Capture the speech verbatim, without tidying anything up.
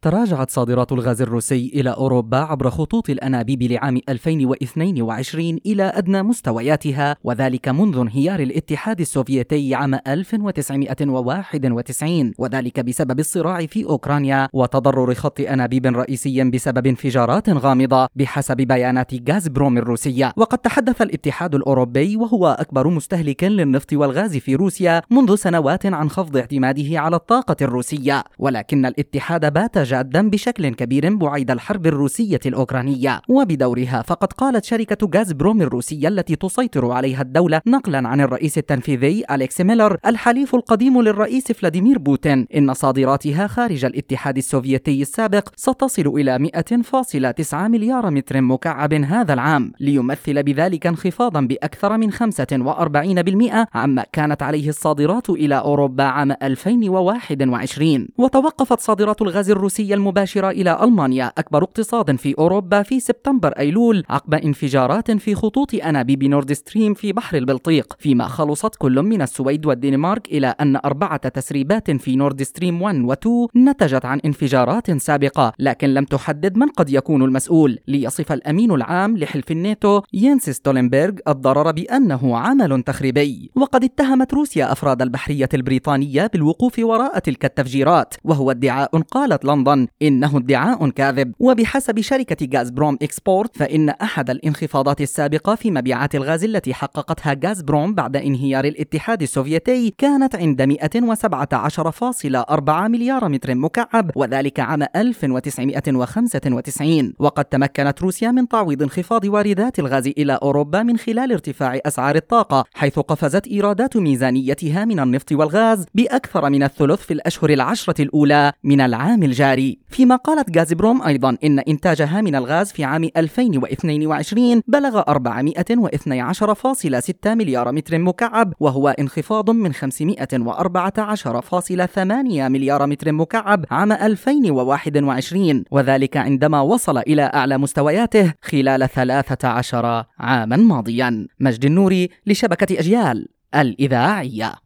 تراجعت صادرات الغاز الروسي إلى أوروبا عبر خطوط الأنابيب لعام ألفين واثنين وعشرين إلى أدنى مستوياتها، وذلك منذ انهيار الاتحاد السوفيتي عام ألف وتسعمائة وواحد وتسعين، وذلك بسبب الصراع في أوكرانيا وتضرر خط أنابيب رئيسي بسبب انفجارات غامضة بحسب بيانات غازبروم الروسية. وقد تحدث الاتحاد الأوروبي وهو أكبر مستهلك للنفط والغاز في روسيا منذ سنوات عن خفض اعتماده على الطاقة الروسية، ولكن الاتحاد بات جادا بشكل كبير بعيد الحرب الروسية الأوكرانية. وبدورها فقد قالت شركة غازبروم الروسية التي تسيطر عليها الدولة نقلا عن الرئيس التنفيذي أليكس ميلر الحليف القديم للرئيس فلاديمير بوتين إن صادراتها خارج الاتحاد السوفيتي السابق ستصل إلى مئة فاصلة تسعة مليار متر مكعب هذا العام، ليمثل بذلك انخفاضا بأكثر من خمسة وأربعين بالمئة عما كانت عليه الصادرات إلى أوروبا عام ألفين وواحد وعشرين. وتوقفت صادرات الغاز الروسية المباشرة إلى ألمانيا أكبر اقتصاد في أوروبا في سبتمبر أيلول عقب انفجارات في خطوط أنابيب نورد ستريم في بحر البلطيق، فيما خلصت كل من السويد والدنمارك إلى أن أربعة تسريبات في نورد ستريم واحد و اثنين نتجت عن انفجارات سابقة، لكن لم تحدد من قد يكون المسؤول، ليصف الأمين العام لحلف الناتو ينس ستولنبرغ الضرر بأنه عمل تخريبي. وقد اتهمت روسيا أفراد البحرية البريطانية بالوقوف وراء تلك التفجيرات، وهو ادعاء قالت لندن إنه ادعاء كاذب. وبحسب شركة غازبروم إكسبورت فإن أحد الانخفاضات السابقة في مبيعات الغاز التي حققتها غازبروم بعد انهيار الاتحاد السوفيتي كانت عند مئة وسبعة عشر فاصلة أربعة مليار متر مكعب، وذلك عام ألف وتسعمائة وخمسة وتسعين. وقد تمكنت روسيا من تعويض انخفاض واردات الغاز إلى أوروبا من خلال ارتفاع أسعار الطاقة، حيث قفزت إيرادات ميزانيتها من النفط والغاز بأكثر من الثلث في الأشهر العشرة الأولى من العام الجاري. فيما قالت غازبروم أيضا إن إنتاجها من الغاز في عام ألفين واثنين وعشرين بلغ أربعمائة واثني عشر فاصلة ستة مليار متر مكعب، وهو انخفاض من خمسمائة وأربعة عشر فاصلة ثمانية مليار متر مكعب عام ألفين وواحد وعشرين، وذلك عندما وصل إلى أعلى مستوياته خلال ثلاثة عشر عاما ماضيا. مجد النوري لشبكة أجيال الإذاعية.